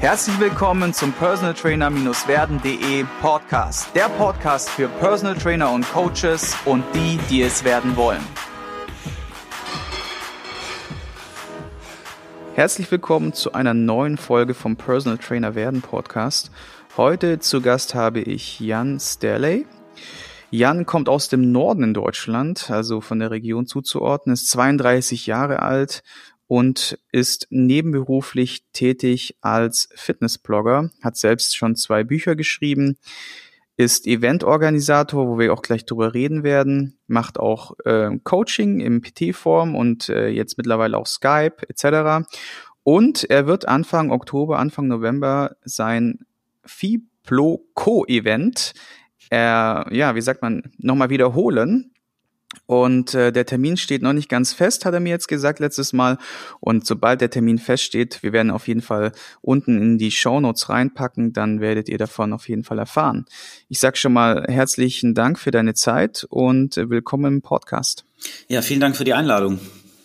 Herzlich willkommen zum Personal Trainer-werden.de Podcast. Der Podcast für Personal Trainer und Coaches und die, die es werden wollen. Herzlich willkommen zu einer neuen Folge vom Personal Trainer werden Podcast. Heute zu Gast habe ich Jan Sterley. Jan kommt aus dem Norden in Deutschland, also von der Region zuzuordnen, ist 32 Jahre alt und ist nebenberuflich tätig als Fitnessblogger, hat selbst schon 2 Bücher geschrieben, ist Eventorganisator, wo wir auch gleich drüber reden werden, macht auch Coaching im PT-Form und jetzt mittlerweile auch Skype etc. Und er wird Anfang November sein Fibloco-Event nochmal wiederholen. Und der Termin steht noch nicht ganz fest, hat er mir jetzt gesagt letztes Mal. Und sobald der Termin feststeht, wir werden auf jeden Fall unten in die Shownotes reinpacken, dann werdet ihr davon auf jeden Fall erfahren. Ich sage schon mal herzlichen Dank für deine Zeit und willkommen im Podcast. Ja, vielen Dank für die Einladung.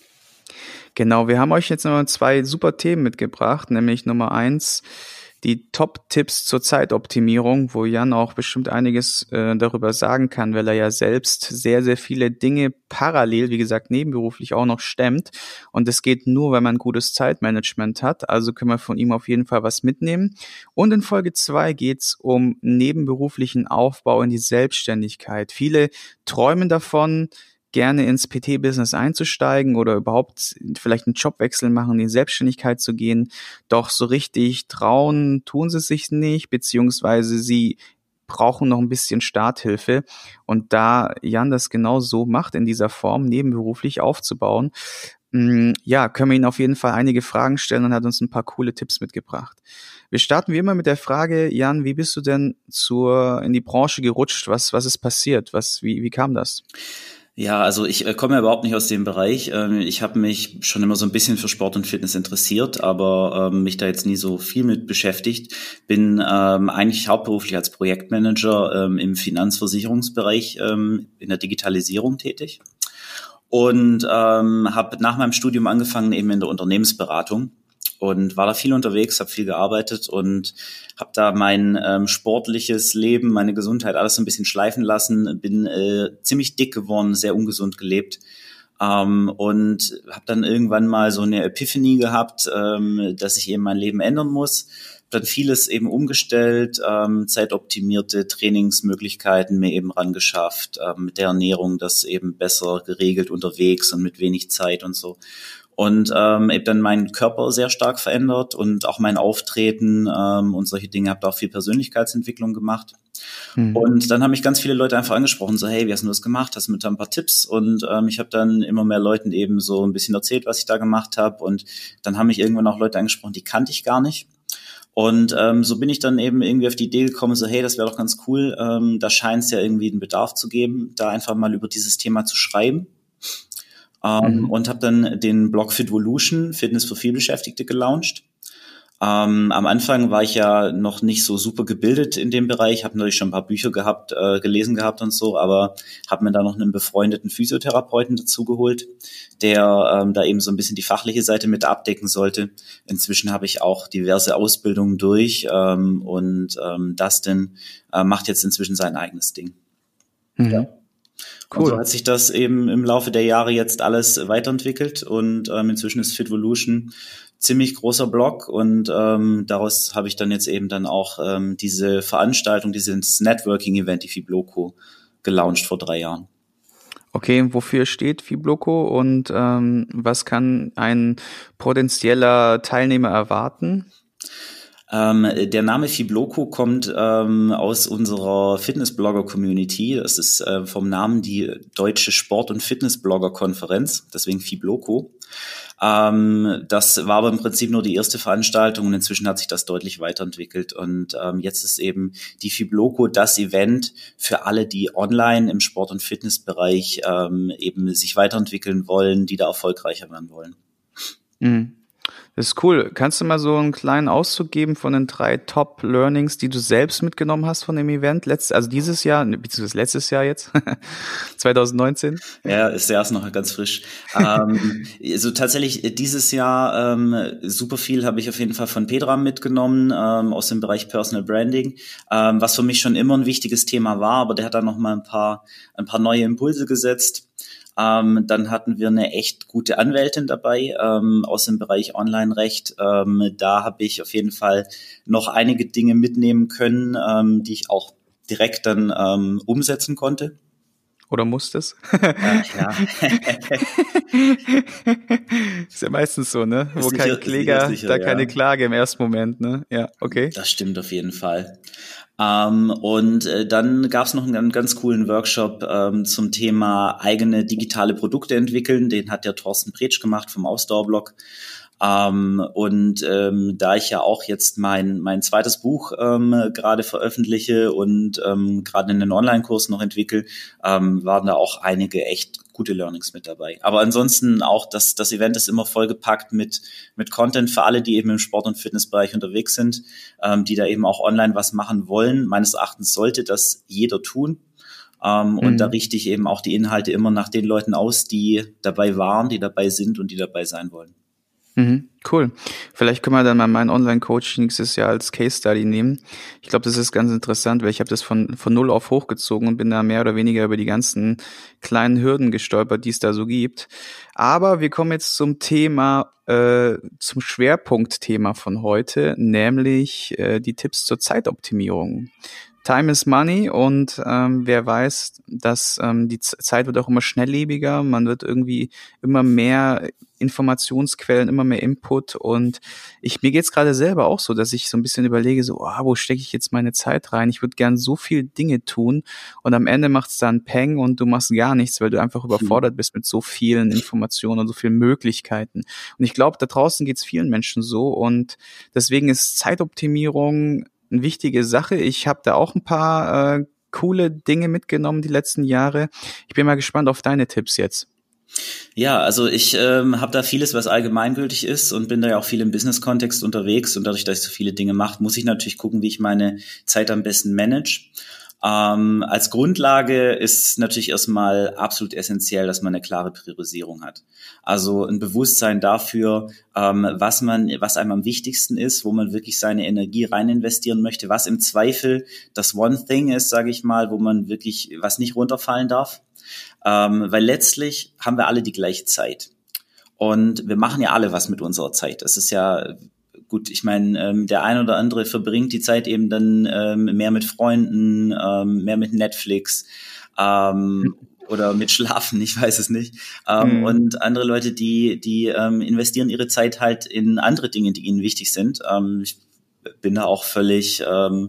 Genau, wir haben euch jetzt noch 2 super Themen mitgebracht, nämlich Nummer 1, die Top-Tipps zur Zeitoptimierung, wo Jan auch bestimmt einiges darüber sagen kann, weil er ja selbst sehr, sehr viele Dinge parallel, wie gesagt, nebenberuflich auch noch stemmt. Und es geht nur, wenn man gutes Zeitmanagement hat. Also können wir von ihm auf jeden Fall was mitnehmen. Und in Folge 2 geht's um nebenberuflichen Aufbau in die Selbstständigkeit. Viele träumen davon, gerne ins PT-Business einzusteigen oder überhaupt vielleicht einen Jobwechsel machen, in die Selbstständigkeit zu gehen. Doch so richtig trauen tun sie sich nicht, beziehungsweise sie brauchen noch ein bisschen Starthilfe. Und da Jan das genau so macht, in dieser Form nebenberuflich aufzubauen, können wir Ihnen auf jeden Fall einige Fragen stellen und hat uns ein paar coole Tipps mitgebracht. Wir starten wie immer mit der Frage, Jan, wie bist du denn in die Branche gerutscht? Was ist passiert? Wie kam das? Ja, also ich komme ja überhaupt nicht aus dem Bereich. Ich habe mich schon immer so ein bisschen für Sport und Fitness interessiert, aber mich da jetzt nie so viel mit beschäftigt. Bin eigentlich hauptberuflich als Projektmanager im Finanzversicherungsbereich in der Digitalisierung tätig und habe nach meinem Studium angefangen eben in der Unternehmensberatung und war da viel unterwegs, habe viel gearbeitet und habe da mein sportliches Leben, meine Gesundheit, alles so ein bisschen schleifen lassen, bin ziemlich dick geworden, sehr ungesund gelebt und habe dann irgendwann mal so eine Epiphanie gehabt, dass ich eben mein Leben ändern muss. Dann vieles eben umgestellt, zeitoptimierte Trainingsmöglichkeiten mir eben rangeschafft, mit der Ernährung das eben besser geregelt unterwegs und mit wenig Zeit und so. Und eben dann meinen Körper sehr stark verändert und auch mein Auftreten und solche Dinge, habe da auch viel Persönlichkeitsentwicklung gemacht. Und dann haben mich ganz viele Leute einfach angesprochen, so hey, wie hast du das gemacht? Hast du mit da ein paar Tipps? Und ich habe dann immer mehr Leuten eben so ein bisschen erzählt, was ich da gemacht habe. Und dann haben mich irgendwann auch Leute angesprochen, die kannte ich gar nicht. Und so bin ich dann eben irgendwie auf die Idee gekommen, so hey, das wäre doch ganz cool, da scheint es ja irgendwie einen Bedarf zu geben, da einfach mal über dieses Thema zu schreiben. Und habe dann den Blog Fitvolution, Fitness für vielbeschäftigte, gelauncht. Am Anfang war ich ja noch nicht so super gebildet in dem Bereich, habe natürlich schon ein paar Bücher gelesen gehabt und so, aber habe mir da noch einen befreundeten Physiotherapeuten dazu geholt, der da eben so ein bisschen die fachliche Seite mit abdecken sollte. Inzwischen habe ich auch diverse Ausbildungen durch und Dustin macht jetzt inzwischen sein eigenes Ding. Ja. Cool. Und so hat sich das eben im Laufe der Jahre jetzt alles weiterentwickelt und inzwischen ist Fitvolution ziemlich großer Blog und daraus habe ich dann jetzt eben dann auch diese Veranstaltung, dieses Networking-Event, die Fibloco, gelauncht vor 3 Jahren. Okay, wofür steht Fibloco und was kann ein potenzieller Teilnehmer erwarten? Der Name Fibloco kommt aus unserer Fitnessblogger-Community. Das ist vom Namen die Deutsche Sport- und Fitnessblogger-Konferenz, deswegen Fibloco. Das war aber im Prinzip nur die erste Veranstaltung und inzwischen hat sich das deutlich weiterentwickelt. Und jetzt ist eben die Fibloco das Event für alle, die online im Sport- und Fitnessbereich eben sich weiterentwickeln wollen, die da erfolgreicher werden wollen. Mhm. Das ist cool. Kannst du mal so einen kleinen Auszug geben von den 3 Top-Learnings, die du selbst mitgenommen hast von dem Event? Also dieses Jahr, beziehungsweise letztes Jahr jetzt, 2019? Ja, ist ja erst noch ganz frisch. Also tatsächlich dieses Jahr super viel habe ich auf jeden Fall von Pedram mitgenommen, aus dem Bereich Personal Branding, was für mich schon immer ein wichtiges Thema war, aber der hat da noch mal ein paar neue Impulse gesetzt. Dann hatten wir eine echt gute Anwältin dabei aus dem Bereich Online-Recht. Da habe ich auf jeden Fall noch einige Dinge mitnehmen können, die ich auch direkt dann umsetzen konnte. Oder musstest? Ja. Ist ja meistens so, ne? Wo Sicher, kein Kläger, sicher, da ja. keine Klage im ersten Moment, ne? Ja, okay. Das stimmt auf jeden Fall. Und dann gab es noch einen ganz coolen Workshop zum Thema eigene digitale Produkte entwickeln. Den hat der Thorsten Pretsch gemacht vom Ausdauerblog. Da ich ja auch jetzt mein zweites Buch gerade veröffentliche und gerade einen Online-Kurs noch entwickle, waren da auch einige echt gute Learnings mit dabei. Aber ansonsten auch, das Event ist immer vollgepackt mit Content für alle, die eben im Sport- und Fitnessbereich unterwegs sind, die da eben auch online was machen wollen. Meines Erachtens sollte das jeder tun. Und da richte ich eben auch die Inhalte immer nach den Leuten aus, die dabei waren, die dabei sind und die dabei sein wollen. Cool. Vielleicht können wir dann mal mein Online-Coaching nächstes Jahr als Case Study nehmen. Ich glaube, das ist ganz interessant, weil ich habe das von null auf hochgezogen und bin da mehr oder weniger über die ganzen kleinen Hürden gestolpert, die es da so gibt. Aber wir kommen jetzt zum Thema, zum Schwerpunktthema von heute, nämlich die Tipps zur Zeitoptimierung. Time is money und wer weiß, dass die Zeit wird auch immer schnelllebiger, man wird irgendwie immer mehr Informationsquellen, immer mehr Input und mir geht's gerade selber auch so, dass ich so ein bisschen überlege, so, wo stecke ich jetzt meine Zeit rein? Ich würde gern so viel Dinge tun und am Ende macht's dann Peng und du machst gar nichts, weil du einfach überfordert bist mit so vielen Informationen und so vielen Möglichkeiten. Und ich glaube, da draußen geht's vielen Menschen so und deswegen ist Zeitoptimierung eine wichtige Sache. Ich habe da auch ein paar coole Dinge mitgenommen die letzten Jahre. Ich bin mal gespannt auf deine Tipps jetzt. Ja, also ich habe da vieles, was allgemeingültig ist und bin da ja auch viel im Business-Kontext unterwegs und dadurch, dass ich so viele Dinge mache, muss ich natürlich gucken, wie ich meine Zeit am besten manage. Als Grundlage ist natürlich erstmal absolut essentiell, dass man eine klare Priorisierung hat. Also ein Bewusstsein dafür, was einem am wichtigsten ist, wo man wirklich seine Energie rein investieren möchte, was im Zweifel das One Thing ist, sage ich mal, wo man wirklich was nicht runterfallen darf. Weil letztlich haben wir alle die gleiche Zeit. Und wir machen ja alle was mit unserer Zeit. Das ist ja gut, ich meine, der ein oder andere verbringt die Zeit eben dann mehr mit Freunden, mehr mit Netflix oder mit Schlafen, ich weiß es nicht. Und andere Leute, die investieren ihre Zeit halt in andere Dinge, die ihnen wichtig sind. Ich bin da auch völlig...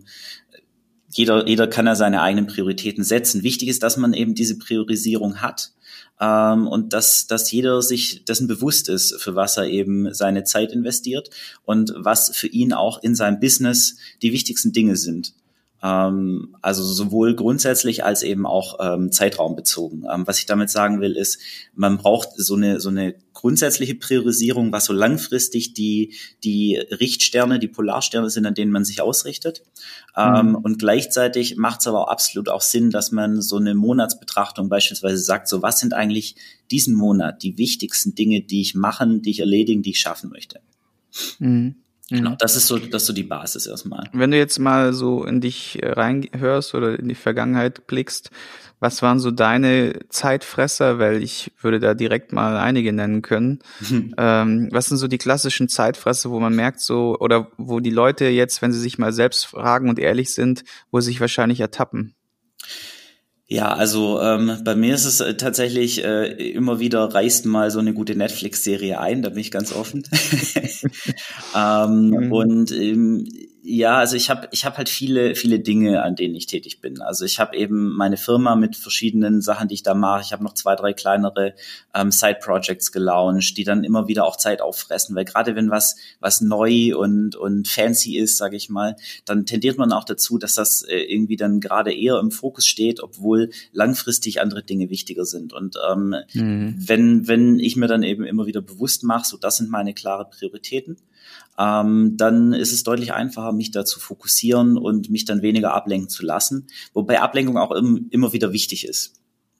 Jeder kann ja seine eigenen Prioritäten setzen. Wichtig ist, dass man eben diese Priorisierung hat und dass jeder sich dessen bewusst ist, für was er eben seine Zeit investiert und was für ihn auch in seinem Business die wichtigsten Dinge sind. Also sowohl grundsätzlich als eben auch zeitraumbezogen. Was ich damit sagen will, ist, man braucht so eine grundsätzliche Priorisierung, was so langfristig die Richtsterne, die Polarsterne sind, an denen man sich ausrichtet. Und gleichzeitig macht es aber auch absolut auch Sinn, dass man so eine Monatsbetrachtung beispielsweise sagt, so was sind eigentlich diesen Monat die wichtigsten Dinge, die ich machen, die ich erledigen, die ich schaffen möchte. Genau, das ist so die Basis erstmal. Wenn du jetzt mal so in dich reinhörst oder in die Vergangenheit blickst, was waren so deine Zeitfresser? Weil ich würde da direkt mal einige nennen können. Was sind so die klassischen Zeitfresser, wo man merkt so, oder wo die Leute jetzt, wenn sie sich mal selbst fragen und ehrlich sind, wo sie sich wahrscheinlich ertappen? Ja, also bei mir ist es tatsächlich immer wieder reißt mal so eine gute Netflix-Serie ein, da bin ich ganz offen. Und Ja, also ich hab halt viele Dinge, an denen ich tätig bin. Also ich habe eben meine Firma mit verschiedenen Sachen, die ich da mache. Ich habe noch 2, 3 kleinere Side-Projects gelauncht, die dann immer wieder auch Zeit auffressen. Weil gerade wenn was neu und fancy ist, sage ich mal, dann tendiert man auch dazu, dass das irgendwie dann gerade eher im Fokus steht, obwohl langfristig andere Dinge wichtiger sind. Und wenn ich mir dann eben immer wieder bewusst mache, so das sind meine klaren Prioritäten, dann ist es deutlich einfacher, mich da zu fokussieren und mich dann weniger ablenken zu lassen, wobei Ablenkung auch immer wieder wichtig ist.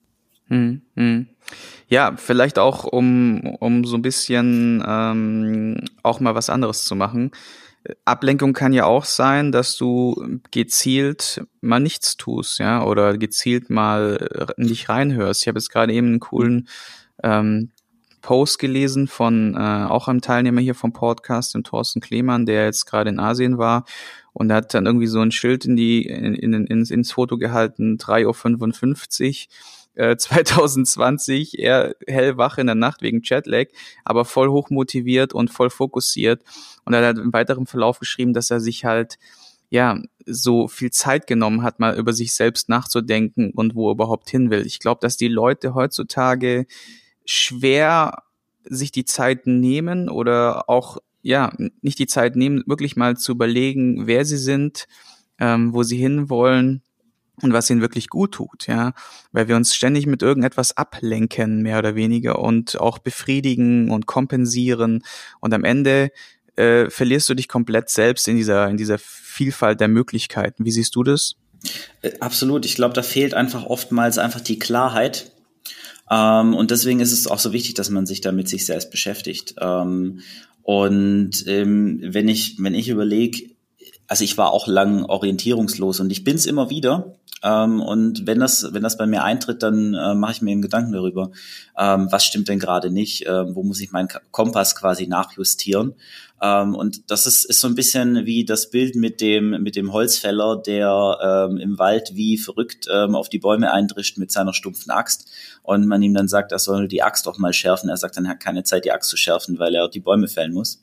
Ja, vielleicht auch, um so ein bisschen auch mal was anderes zu machen. Ablenkung kann ja auch sein, dass du gezielt mal nichts tust, ja, oder gezielt mal nicht reinhörst. Ich habe jetzt gerade eben einen coolen Post gelesen von auch einem Teilnehmer hier vom Podcast, dem Thorsten Klemann, der jetzt gerade in Asien war, und er hat dann irgendwie so ein Schild ins Foto gehalten, 3:55 Uhr, 2020, er hellwach in der Nacht wegen Jetlag, aber voll hochmotiviert und voll fokussiert. Und er hat im weiteren Verlauf geschrieben, dass er sich halt so viel Zeit genommen hat, mal über sich selbst nachzudenken und wo er überhaupt hin will. Ich glaube, dass die Leute heutzutage schwer sich die Zeit nehmen oder auch nicht die Zeit nehmen, wirklich mal zu überlegen, wer sie sind, wo sie hinwollen und was ihnen wirklich gut tut, ja, weil wir uns ständig mit irgendetwas ablenken, mehr oder weniger, und auch befriedigen und kompensieren, und am Ende verlierst du dich komplett selbst in dieser Vielfalt der Möglichkeiten. Wie siehst du das? Absolut. Ich glaube, da fehlt einfach oftmals einfach die Klarheit. Und deswegen ist es auch so wichtig, dass man sich da mit sich selbst beschäftigt. Wenn ich überlege, also ich war auch lang orientierungslos und ich bin's immer wieder. Und wenn das bei mir eintritt, dann mache ich mir eben Gedanken darüber, was stimmt denn gerade nicht, wo muss ich meinen Kompass quasi nachjustieren. Und das ist so ein bisschen wie das Bild mit dem Holzfäller, der im Wald wie verrückt auf die Bäume eindrischt mit seiner stumpfen Axt, und man ihm dann sagt, er soll die Axt doch mal schärfen. Er sagt dann, er hat keine Zeit, die Axt zu schärfen, weil er die Bäume fällen muss.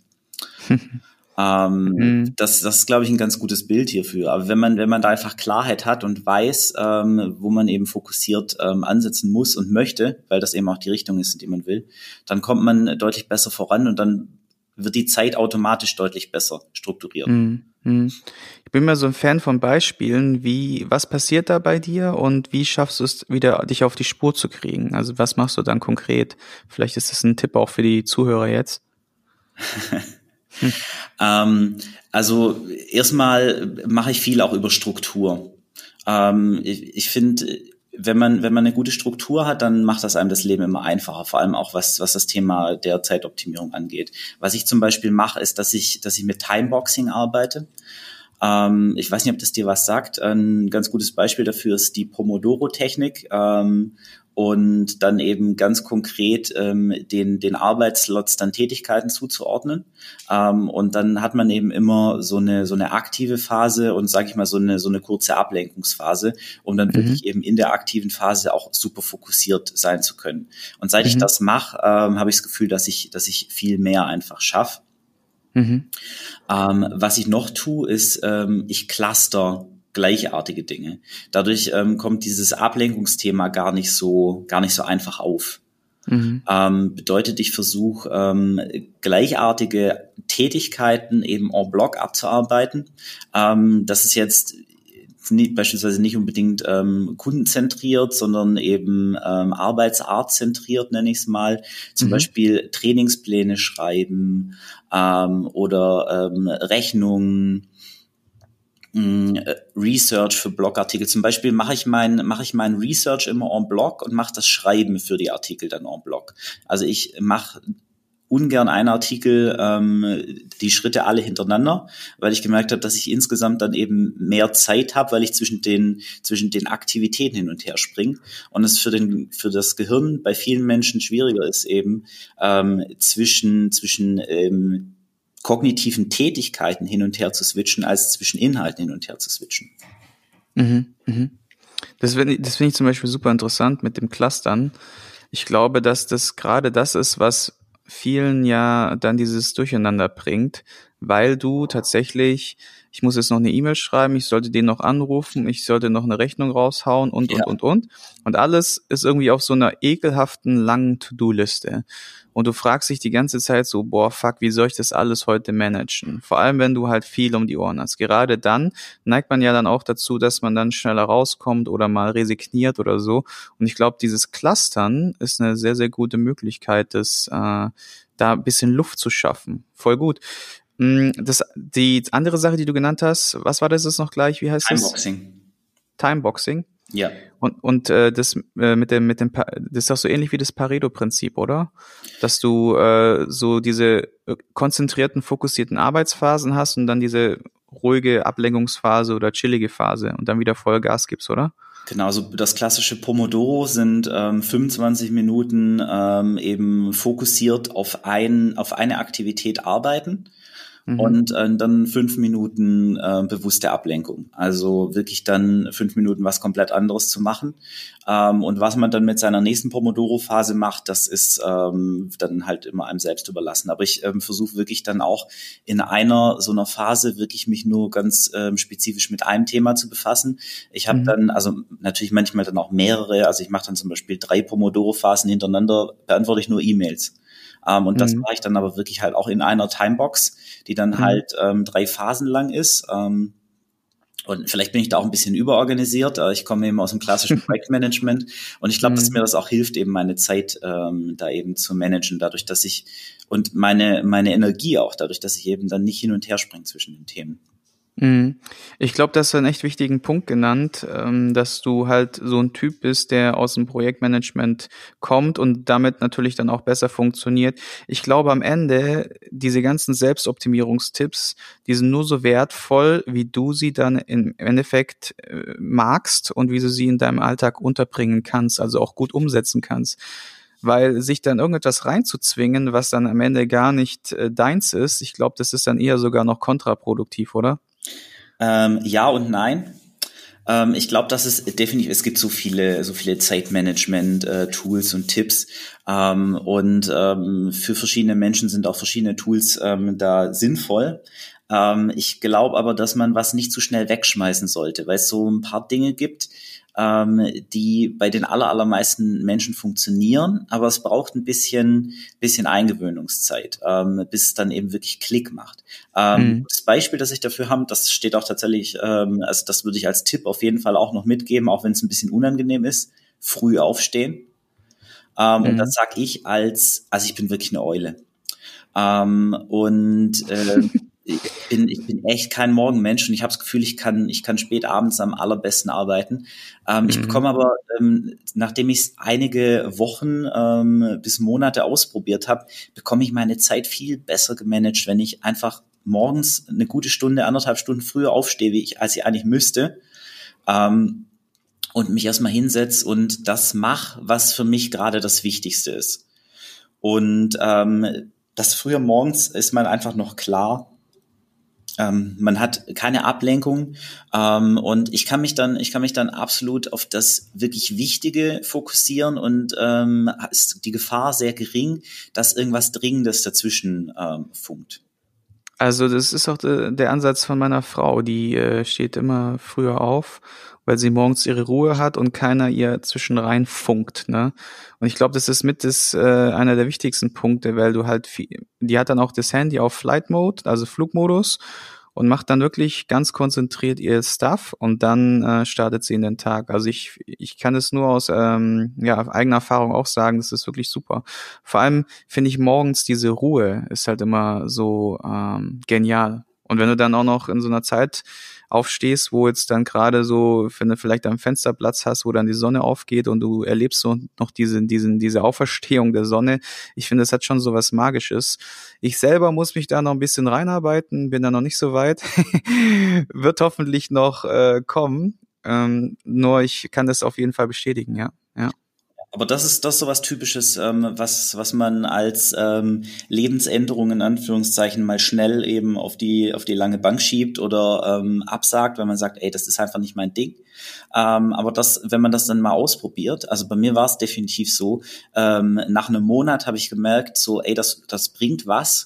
Das ist, glaube ich, ein ganz gutes Bild hierfür. Aber wenn man da einfach Klarheit hat und weiß, wo man eben fokussiert ansetzen muss und möchte, weil das eben auch die Richtung ist, in die man will, dann kommt man deutlich besser voran und dann wird die Zeit automatisch deutlich besser strukturiert. Ich bin mir so ein Fan von Beispielen, was passiert da bei dir und wie schaffst du es wieder, dich auf die Spur zu kriegen? Also was machst du dann konkret? Vielleicht ist das ein Tipp auch für die Zuhörer jetzt. Also erstmal mache ich viel auch über Struktur. Ich finde, wenn man eine gute Struktur hat, dann macht das einem das Leben immer einfacher, vor allem auch was das Thema der Zeitoptimierung angeht. Was ich zum Beispiel mache, ist, dass ich mit Timeboxing arbeite. Ich weiß nicht, ob das dir was sagt. Ein ganz gutes Beispiel dafür ist die Pomodoro-Technik. Und dann eben ganz konkret den Arbeitsslots dann Tätigkeiten zuzuordnen. Und dann hat man eben immer so eine aktive Phase und, sage ich mal, so eine kurze Ablenkungsphase, um dann wirklich eben in der aktiven Phase auch super fokussiert sein zu können. Und seit ich das mache, habe ich das Gefühl, dass ich viel mehr einfach schaffe. Was ich noch tue, ist, ich cluster gleichartige Dinge. Dadurch kommt dieses Ablenkungsthema gar nicht so einfach auf. Bedeutet, ich versuche gleichartige Tätigkeiten eben en bloc abzuarbeiten. Das ist jetzt beispielsweise nicht unbedingt kundenzentriert, sondern eben arbeitsartzentriert, nenne ich es mal. Zum Beispiel Trainingspläne schreiben oder Rechnungen, Research für Blogartikel. Zum Beispiel mache ich mein Research immer en bloc und mache das Schreiben für die Artikel dann en bloc. Also ich mache ungern einen Artikel, die Schritte alle hintereinander, weil ich gemerkt habe, dass ich insgesamt dann eben mehr Zeit habe, weil ich zwischen den Aktivitäten hin und her springe und es für das Gehirn bei vielen Menschen schwieriger ist, eben zwischen kognitiven Tätigkeiten hin und her zu switchen, als zwischen Inhalten hin und her zu switchen. Das finde ich zum Beispiel super interessant mit dem Clustern. Ich glaube, dass das gerade das ist, was vielen ja dann dieses Durcheinander bringt, weil du tatsächlich, ich muss jetzt noch eine E-Mail schreiben, ich sollte den noch anrufen, ich sollte noch eine Rechnung raushauen und. Ja. Und alles ist irgendwie auf so einer ekelhaften langen To-Do-Liste. Und du fragst dich die ganze Zeit so, boah, fuck, wie soll ich das alles heute managen? Vor allem, wenn du halt viel um die Ohren hast. Gerade dann neigt man ja dann auch dazu, dass man dann schneller rauskommt oder mal resigniert oder so. Und ich glaube, dieses Clustern ist eine sehr, sehr gute Möglichkeit, da ein bisschen Luft zu schaffen. Voll gut. Die andere Sache, die du genannt hast, was war das jetzt noch gleich? Wie heißt das? Timeboxing. Timeboxing. Ja. Und das das ist doch so ähnlich wie das Pareto-Prinzip, oder? Dass du so diese konzentrierten, fokussierten Arbeitsphasen hast und dann diese ruhige Ablenkungsphase oder chillige Phase und dann wieder Vollgas gibst, oder? Genau, so das klassische Pomodoro sind 25 Minuten eben fokussiert auf eine Aktivität arbeiten. Und dann 5 Minuten bewusste Ablenkung. Also wirklich dann 5 Minuten was komplett anderes zu machen. Und was man dann mit seiner nächsten Pomodoro-Phase macht, das ist dann halt immer einem selbst überlassen. Aber ich versuche wirklich dann auch in so einer Phase wirklich mich nur ganz spezifisch mit einem Thema zu befassen. Ich habe dann, also natürlich manchmal dann auch mehrere, also ich mache dann zum Beispiel 3 Pomodoro-Phasen hintereinander, beantworte ich nur E-Mails. Und das mache ich dann aber wirklich halt auch in einer Timebox, die dann halt 3 Phasen lang ist. Und vielleicht bin ich da auch ein bisschen überorganisiert. Ich komme eben aus dem klassischen Projektmanagement und ich glaube, dass mir das auch hilft, eben meine Zeit da eben zu managen, dadurch, dass ich und meine Energie auch, dadurch, dass ich eben dann nicht hin und her springe zwischen den Themen. Ich glaube, das ist einen echt wichtigen Punkt genannt, dass du halt so ein Typ bist, der aus dem Projektmanagement kommt und damit natürlich dann auch besser funktioniert. Ich glaube, am Ende, diese ganzen Selbstoptimierungstipps, die sind nur so wertvoll, wie du sie dann im Endeffekt magst und wie du sie in deinem Alltag unterbringen kannst, also auch gut umsetzen kannst. Weil sich dann irgendetwas reinzuzwingen, was dann am Ende gar nicht deins ist, ich glaube, das ist dann eher sogar noch kontraproduktiv, oder? Ja und nein. Ich glaube, dass es definitiv, es gibt so viele Zeitmanagement-Tools und Tipps. Für verschiedene Menschen sind auch verschiedene Tools da sinnvoll. Ich glaube aber, dass man was nicht zu schnell wegschmeißen sollte, weil es so ein paar Dinge gibt, die bei den allermeisten Menschen funktionieren, aber es braucht ein bisschen Eingewöhnungszeit, bis es dann eben wirklich Klick macht. Das Beispiel, das ich dafür habe, das steht auch tatsächlich, also das würde ich als Tipp auf jeden Fall auch noch mitgeben, auch wenn es ein bisschen unangenehm ist, früh aufstehen. Und das sag ich ich bin wirklich eine Eule. Ich bin echt kein Morgenmensch und ich habe das Gefühl, ich kann spät abends am allerbesten arbeiten. Ich bekomme aber, nachdem ich es einige Wochen bis Monate ausprobiert habe, bekomme ich meine Zeit viel besser gemanagt, wenn ich einfach morgens eine gute Stunde, 1,5 Stunden früher aufstehe, als ich eigentlich müsste. Und mich erstmal hinsetze und das mache, was für mich gerade das Wichtigste ist. Und das früher morgens ist man einfach noch klar. Man hat keine Ablenkung und ich kann mich dann absolut auf das wirklich Wichtige fokussieren und ist die Gefahr sehr gering, dass irgendwas Dringendes dazwischen funkt. Also das ist auch der Ansatz von meiner Frau, die steht immer früher auf, weil sie morgens ihre Ruhe hat und keiner ihr zwischenrein funkt, ne? Und ich glaube, das ist einer der wichtigsten Punkte, weil du halt die hat dann auch das Handy auf Flight Mode, also Flugmodus und macht dann wirklich ganz konzentriert ihr Stuff und dann startet sie in den Tag. Also ich kann es nur aus eigener Erfahrung auch sagen, das ist wirklich super. Vor allem finde ich morgens diese Ruhe ist halt immer so genial. Und wenn du dann auch noch in so einer Zeit aufstehst, wo jetzt dann gerade so, wenn du vielleicht am Fensterplatz hast, wo dann die Sonne aufgeht und du erlebst so noch diese Auferstehung der Sonne. Ich finde, das hat schon so was Magisches. Ich selber muss mich da noch ein bisschen reinarbeiten, bin da noch nicht so weit. Wird hoffentlich noch kommen. Nur ich kann das auf jeden Fall bestätigen, ja. Ja. Aber das ist so was Typisches, was man als Lebensänderung in Anführungszeichen mal schnell eben auf die lange Bank schiebt oder absagt, weil man sagt, ey, das ist einfach nicht mein Ding. Aber wenn man das dann mal ausprobiert, also bei mir war es definitiv so, nach einem Monat habe ich gemerkt, so, ey, das bringt was.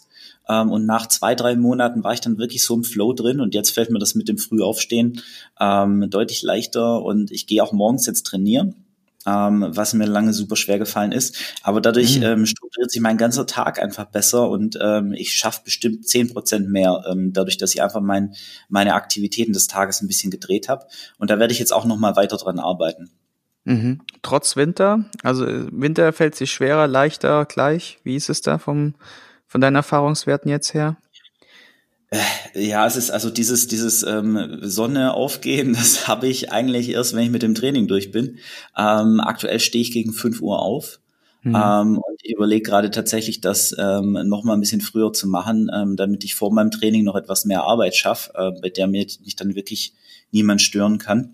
Und nach 2-3 Monaten war ich dann wirklich so im Flow drin und jetzt fällt mir das mit dem Frühaufstehen deutlich leichter und ich gehe auch morgens jetzt trainieren. Was mir lange super schwer gefallen ist. Aber dadurch strukturiert sich mein ganzer Tag einfach besser und ich schaffe bestimmt 10% mehr, dadurch, dass ich einfach meine Aktivitäten des Tages ein bisschen gedreht habe. Und da werde ich jetzt auch noch mal weiter dran arbeiten. Mhm. Trotz Winter? Also Winter fällt sich schwerer, leichter, gleich? Wie ist es da von deinen Erfahrungswerten jetzt her? Ja, es ist also dieses Sonne aufgehen, das habe ich eigentlich erst, wenn ich mit dem Training durch bin. Aktuell stehe ich gegen 5 Uhr auf. Und ich überlege gerade tatsächlich, das noch mal ein bisschen früher zu machen, damit ich vor meinem Training noch etwas mehr Arbeit schaffe, bei der mich dann wirklich niemand stören kann.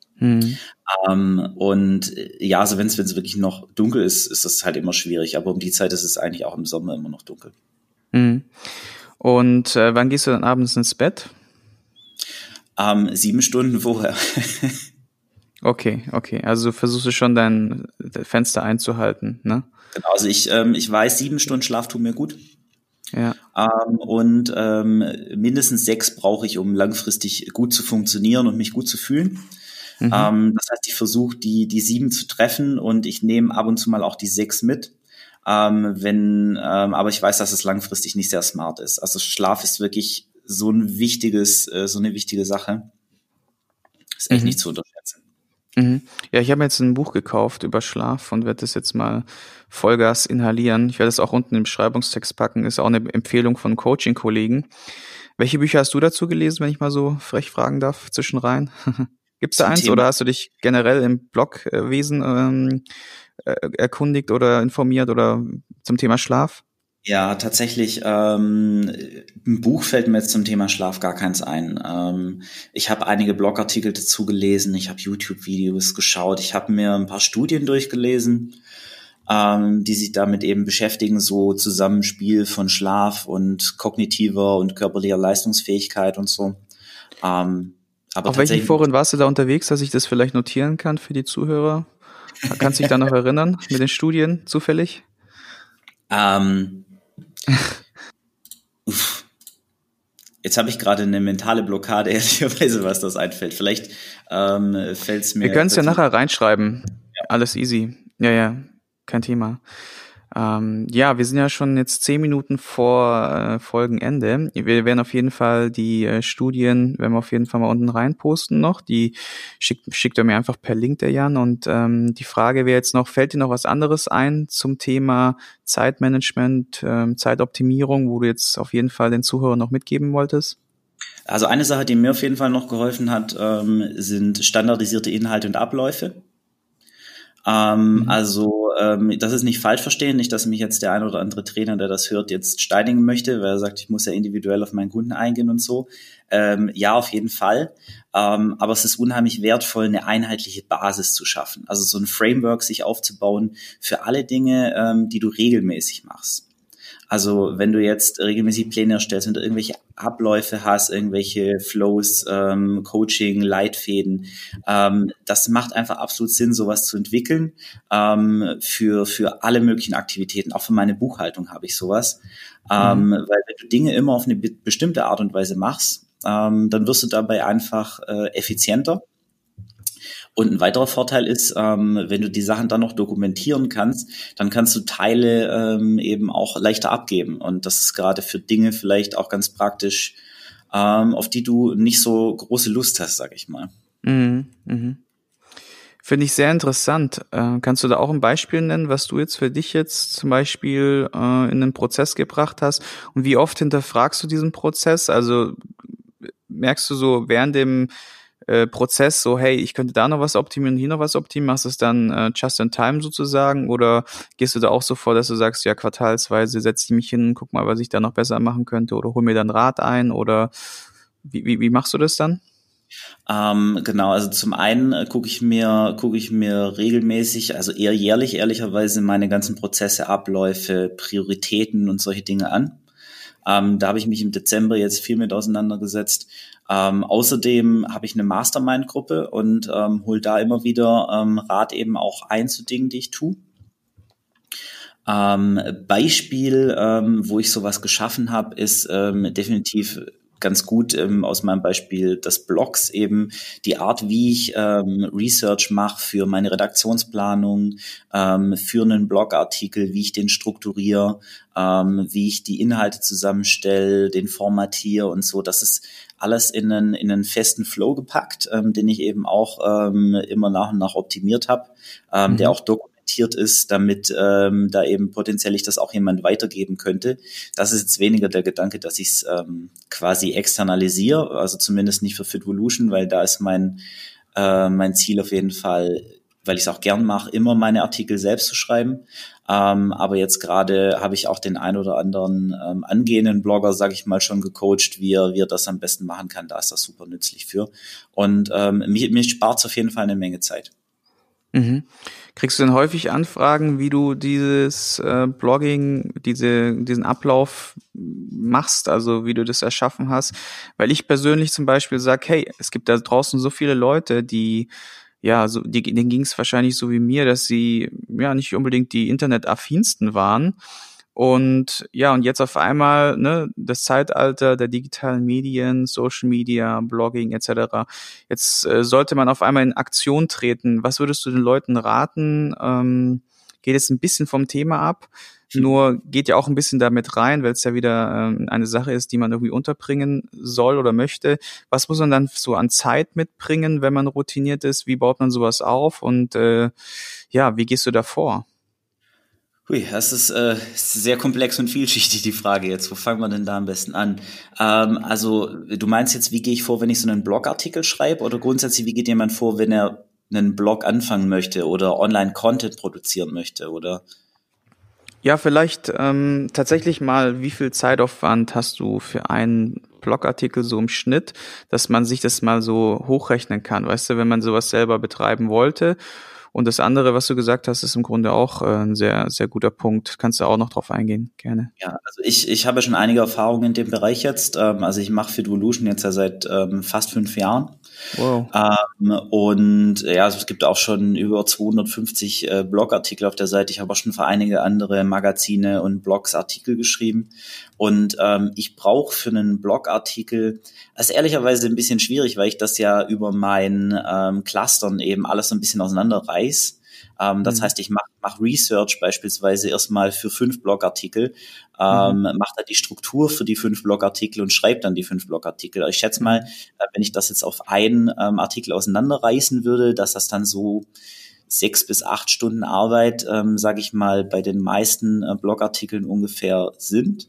Und ja, also wenn es wirklich noch dunkel ist, ist das halt immer schwierig. Aber um die Zeit ist es eigentlich auch im Sommer immer noch dunkel. Und wann gehst du dann abends ins Bett? 7 Stunden vorher. Okay. Also versuchst du schon dein Fenster einzuhalten, ne? Genau, also ich weiß, 7 Stunden Schlaf tun mir gut. Ja. Und mindestens 6 brauche ich, um langfristig gut zu funktionieren und mich gut zu fühlen. Das heißt, ich versuche die 7 zu treffen und ich nehme ab und zu mal auch die 6 mit. Aber ich weiß, dass es langfristig nicht sehr smart ist. Also Schlaf ist wirklich so eine wichtige Sache. Ist echt nicht zu unterschätzen. Ja, ich habe mir jetzt ein Buch gekauft über Schlaf und werde das jetzt mal Vollgas inhalieren. Ich werde es auch unten im Beschreibungstext packen. Ist auch eine Empfehlung von Coaching-Kollegen. Welche Bücher hast du dazu gelesen, wenn ich mal so frech fragen darf, zwischenrein? Gibt's da eins oder hast du dich generell im Blogwesen erkundigt oder informiert oder zum Thema Schlaf? Ja, tatsächlich, ein Buch fällt mir jetzt zum Thema Schlaf gar keins ein. Ich habe einige Blogartikel dazu gelesen, ich habe YouTube-Videos geschaut, ich habe mir ein paar Studien durchgelesen, die sich damit eben beschäftigen, so Zusammenspiel von Schlaf und kognitiver und körperlicher Leistungsfähigkeit und so. Aber auf welchen Foren warst du da unterwegs, dass ich das vielleicht notieren kann für die Zuhörer? Kannst du dich da noch erinnern mit den Studien zufällig? Jetzt habe ich gerade eine mentale Blockade, ehrlicherweise, was das einfällt. Vielleicht fällt es mir... Wir können es ja nachher reinschreiben. Ja. Alles easy. Ja, kein Thema. Ja, wir sind ja schon jetzt 10 Minuten vor Folgenende. Wir werden auf jeden Fall die Studien, werden wir auf jeden Fall mal unten rein posten noch. Die schickt er mir einfach per Link, der Jan. Und die Frage wäre jetzt noch, fällt dir noch was anderes ein zum Thema Zeitmanagement, Zeitoptimierung, wo du jetzt auf jeden Fall den Zuhörern noch mitgeben wolltest? Also eine Sache, die mir auf jeden Fall noch geholfen hat, sind standardisierte Inhalte und Abläufe. Also das ist nicht falsch verstehen, nicht, dass mich jetzt der ein oder andere Trainer, der das hört, jetzt steinigen möchte, weil er sagt, ich muss ja individuell auf meinen Kunden eingehen und so. Ja, auf jeden Fall. Aber es ist unheimlich wertvoll, eine einheitliche Basis zu schaffen. Also so ein Framework sich aufzubauen für alle Dinge, die du regelmäßig machst. Also wenn du jetzt regelmäßig Pläne erstellst, wenn du irgendwelche Abläufe hast, irgendwelche Flows, Coaching, Leitfäden, das macht einfach absolut Sinn, sowas zu entwickeln, für alle möglichen Aktivitäten. Auch für meine Buchhaltung habe ich sowas. Weil wenn du Dinge immer auf eine bestimmte Art und Weise machst, dann wirst du dabei einfach effizienter. Und ein weiterer Vorteil ist, wenn du die Sachen dann noch dokumentieren kannst, dann kannst du Teile eben auch leichter abgeben. Und das ist gerade für Dinge vielleicht auch ganz praktisch, auf die du nicht so große Lust hast, sag ich mal. Finde ich sehr interessant. Kannst du da auch ein Beispiel nennen, was du jetzt für dich jetzt zum Beispiel in einen Prozess gebracht hast? Und wie oft hinterfragst du diesen Prozess? Also merkst du so während dem Prozess so, hey, ich könnte da noch was optimieren, hier noch was optimieren, machst du es dann just in time sozusagen oder gehst du da auch so vor, dass du sagst, ja, quartalsweise setze ich mich hin, guck mal, was ich da noch besser machen könnte oder hol mir dann Rat ein oder wie machst du das dann? Genau, also zum einen gucke ich mir regelmäßig, also eher jährlich, ehrlicherweise, meine ganzen Prozesse, Abläufe, Prioritäten und solche Dinge an. Da habe ich mich im Dezember jetzt viel mit auseinandergesetzt. Außerdem habe ich eine Mastermind-Gruppe und hole da immer wieder Rat eben auch ein zu Dingen, die ich tue. Beispiel, wo ich sowas geschaffen habe, ist definitiv ganz gut aus meinem Beispiel des Blogs eben die Art, wie ich Research mache für meine Redaktionsplanung, für einen Blogartikel, wie ich den strukturiere, wie ich die Inhalte zusammenstelle, den formatiere und so. Das ist alles in einen festen Flow gepackt, den ich eben auch immer nach und nach optimiert habe, der auch dokumentiert ist, damit da eben potenziell ich das auch jemand weitergeben könnte. Das ist jetzt weniger der Gedanke, dass ich es quasi externalisiere, also zumindest nicht für Fitvolution, weil da ist mein Ziel auf jeden Fall, weil ich es auch gern mache, immer meine Artikel selbst zu schreiben. Aber jetzt gerade habe ich auch den ein oder anderen angehenden Blogger, sage ich mal, schon gecoacht, wie er das am besten machen kann. Da ist das super nützlich für. Und mir spart es auf jeden Fall eine Menge Zeit. Mhm. Kriegst du denn häufig Anfragen, wie du dieses Blogging, diesen Ablauf machst, also wie du das erschaffen hast? Weil ich persönlich zum Beispiel sage, hey, es gibt da draußen so viele Leute, die denen ging es wahrscheinlich so wie mir, dass sie ja nicht unbedingt die Internetaffinsten waren. Und ja, und jetzt auf einmal, ne, das Zeitalter der digitalen Medien, Social Media, Blogging etc. Jetzt sollte man auf einmal in Aktion treten. Was würdest du den Leuten raten? Geht es ein bisschen vom Thema ab, nur geht ja auch ein bisschen damit rein, weil es ja wieder eine Sache ist, die man irgendwie unterbringen soll oder möchte. Was muss man dann so an Zeit mitbringen, wenn man routiniert ist? Wie baut man sowas auf? Und wie gehst du da vor? Hui, das ist sehr komplex und vielschichtig, die Frage jetzt. Wo fangen wir denn da am besten an? Also, du meinst jetzt, wie gehe ich vor, wenn ich so einen Blogartikel schreibe? Oder grundsätzlich, wie geht jemand vor, wenn er einen Blog anfangen möchte oder Online-Content produzieren möchte, oder? Ja, vielleicht tatsächlich mal, wie viel Zeitaufwand hast du für einen Blogartikel so im Schnitt, dass man sich das mal so hochrechnen kann, weißt du, wenn man sowas selber betreiben wollte. Und das andere, was du gesagt hast, ist im Grunde auch ein sehr, sehr guter Punkt. Kannst du auch noch drauf eingehen, gerne. Ja, also ich habe schon einige Erfahrungen in dem Bereich jetzt. Also ich mache Fitvolution jetzt ja seit fast 5 Jahren. Wow. Und ja, also es gibt auch schon über 250 Blogartikel auf der Seite. Ich habe auch schon für einige andere Magazine und Blogs Artikel geschrieben. Und ich brauche für einen Blogartikel, das ist ehrlicherweise ein bisschen schwierig, weil ich das ja über mein Clustern eben alles so ein bisschen auseinanderreiß. Das heißt, ich mach Research beispielsweise erstmal für 5 Blogartikel, mache da die Struktur für die 5 Blogartikel und schreibe dann die 5 Blogartikel. Also ich schätze mal, wenn ich das jetzt auf einen Artikel auseinanderreißen würde, dass das dann so 6 bis 8 Stunden Arbeit, sage ich mal, bei den meisten Blogartikeln ungefähr sind.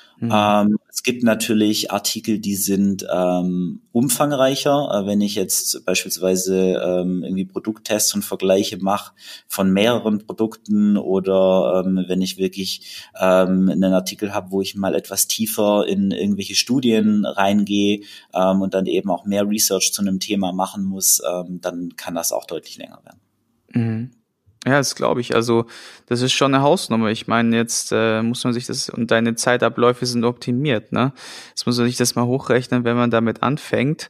Es gibt natürlich Artikel, die sind umfangreicher. Wenn ich jetzt beispielsweise irgendwie Produkttests und Vergleiche mache von mehreren Produkten oder wenn ich wirklich einen Artikel habe, wo ich mal etwas tiefer in irgendwelche Studien reingehe und dann eben auch mehr Research zu einem Thema machen muss, dann kann das auch deutlich länger werden. Mhm. Ja, das glaube ich. Also das ist schon eine Hausnummer. Ich meine, jetzt muss man sich das, und deine Zeitabläufe sind optimiert, ne? Jetzt muss man sich das mal hochrechnen, wenn man damit anfängt.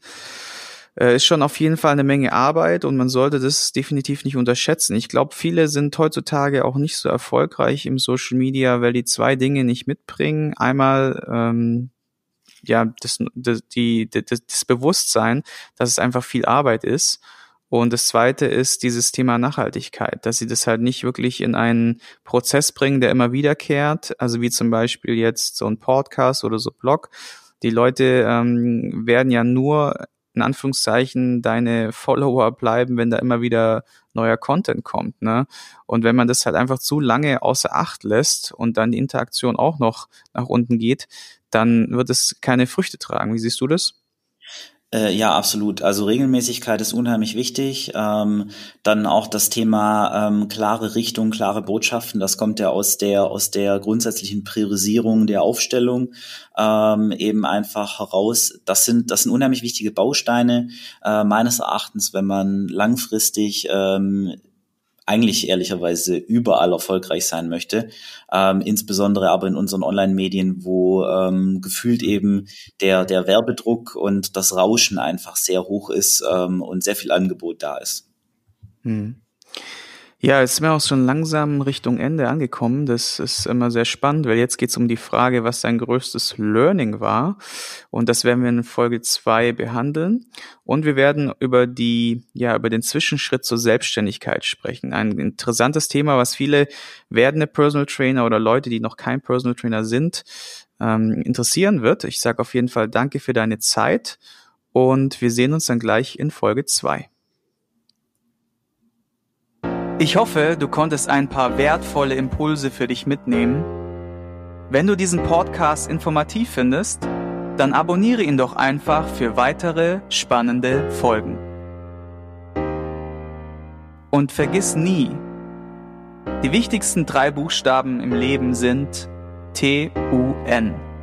Ist schon auf jeden Fall eine Menge Arbeit und man sollte das definitiv nicht unterschätzen. Ich glaube, viele sind heutzutage auch nicht so erfolgreich im Social Media, weil die zwei Dinge nicht mitbringen. Einmal das Bewusstsein, dass es einfach viel Arbeit ist. Und das Zweite ist dieses Thema Nachhaltigkeit, dass sie das halt nicht wirklich in einen Prozess bringen, der immer wiederkehrt, also wie zum Beispiel jetzt so ein Podcast oder so Blog. Die Leute werden ja nur in Anführungszeichen deine Follower bleiben, wenn da immer wieder neuer Content kommt, ne? Und wenn man das halt einfach zu lange außer Acht lässt und dann die Interaktion auch noch nach unten geht, dann wird es keine Früchte tragen. Wie siehst du das? Ja, absolut. Also Regelmäßigkeit ist unheimlich wichtig. Dann auch das Thema klare Richtung, klare Botschaften. Das kommt ja aus der grundsätzlichen Priorisierung der Aufstellung eben einfach heraus. Das sind unheimlich wichtige Bausteine meines Erachtens, wenn man langfristig eigentlich ehrlicherweise überall erfolgreich sein möchte, insbesondere aber in unseren Online-Medien, wo gefühlt eben der Werbedruck und das Rauschen einfach sehr hoch ist und sehr viel Angebot da ist. Hm. Ja, jetzt sind wir auch schon langsam Richtung Ende angekommen. Das ist immer sehr spannend, weil jetzt geht es um die Frage, was dein größtes Learning war. Und das werden wir in Folge 2 behandeln. Und wir werden über über den Zwischenschritt zur Selbstständigkeit sprechen. Ein interessantes Thema, was viele werdende Personal Trainer oder Leute, die noch kein Personal Trainer sind, interessieren wird. Ich sage auf jeden Fall danke für deine Zeit und wir sehen uns dann gleich in Folge 2. Ich hoffe, du konntest ein paar wertvolle Impulse für dich mitnehmen. Wenn du diesen Podcast informativ findest, dann abonniere ihn doch einfach für weitere spannende Folgen. Und vergiss nie, die wichtigsten 3 Buchstaben im Leben sind TUN.